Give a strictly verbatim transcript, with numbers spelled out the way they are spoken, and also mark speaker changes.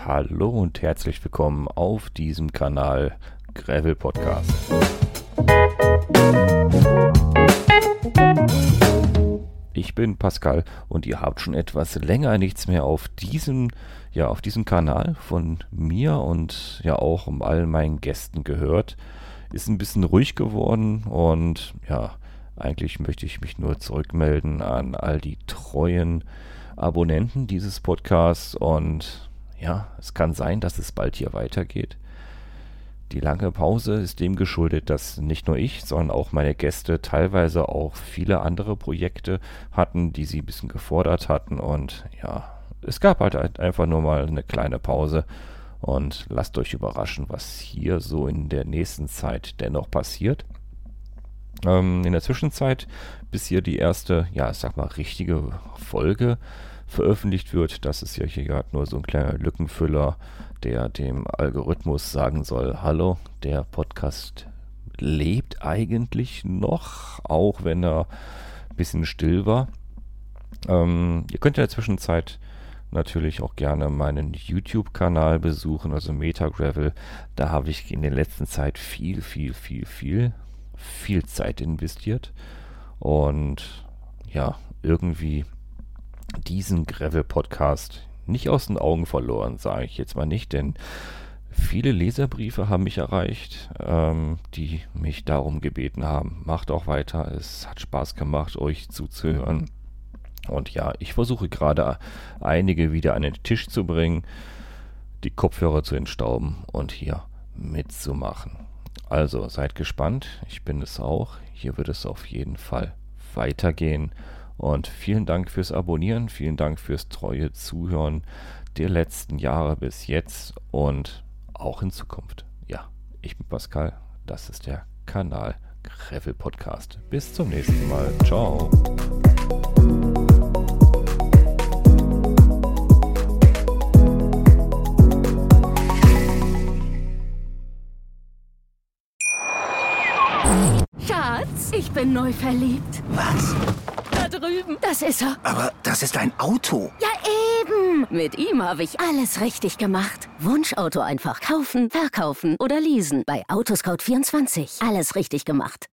Speaker 1: Hallo und herzlich willkommen auf diesem Kanal Gravel Podcast. Ich bin Pascal und ihr habt schon etwas länger nichts mehr auf diesem, ja, auf diesem Kanal von mir und ja auch um all meinen Gästen gehört. Ist ein bisschen ruhig geworden und ja, eigentlich möchte ich mich nur zurückmelden an all die treuen Abonnenten dieses Podcasts und ja, es kann sein, dass es bald hier weitergeht. Die lange Pause ist dem geschuldet, dass nicht nur ich, sondern auch meine Gäste teilweise auch viele andere Projekte hatten, die sie ein bisschen gefordert hatten und ja, es gab halt einfach nur mal eine kleine Pause und lasst euch überraschen, was hier so in der nächsten Zeit dennoch passiert. Ähm, in der Zwischenzeit, bis hier die erste, ja, ich sag mal, richtige Folge veröffentlicht wird, das ist ja hier gerade nur so ein kleiner Lückenfüller, der dem Algorithmus sagen soll, hallo, der Podcast lebt eigentlich noch, auch wenn er ein bisschen still war. Ähm, ihr könnt in der Zwischenzeit natürlich auch gerne meinen YouTube-Kanal besuchen, also Metagravel. Da habe ich in der letzten Zeit viel, viel, viel, viel, viel Zeit investiert und ja, irgendwie diesen Gravel-Podcast nicht aus den Augen verloren, sage ich jetzt mal nicht, denn viele Leserbriefe haben mich erreicht, ähm, die mich darum gebeten haben, macht auch weiter, es hat Spaß gemacht, euch zuzuhören. Und ja, ich versuche gerade einige wieder an den Tisch zu bringen, die Kopfhörer zu entstauben und hier mitzumachen. Also seid gespannt, ich bin es auch, hier wird es auf jeden Fall weitergehen. Und vielen Dank fürs Abonnieren, vielen Dank fürs treue Zuhören der letzten Jahre bis jetzt und auch in Zukunft. Ja, ich bin Pascal, das ist der Kanal Gravel Podcast. Bis zum nächsten Mal. Ciao.
Speaker 2: Schatz, ich bin neu verliebt.
Speaker 3: Was?
Speaker 2: Da drüben. Das ist er.
Speaker 3: Aber das ist ein Auto.
Speaker 2: Ja, eben. Mit ihm habe ich alles richtig gemacht. Wunschauto einfach kaufen, verkaufen oder leasen. Bei Autoscout vierundzwanzig. Alles richtig gemacht.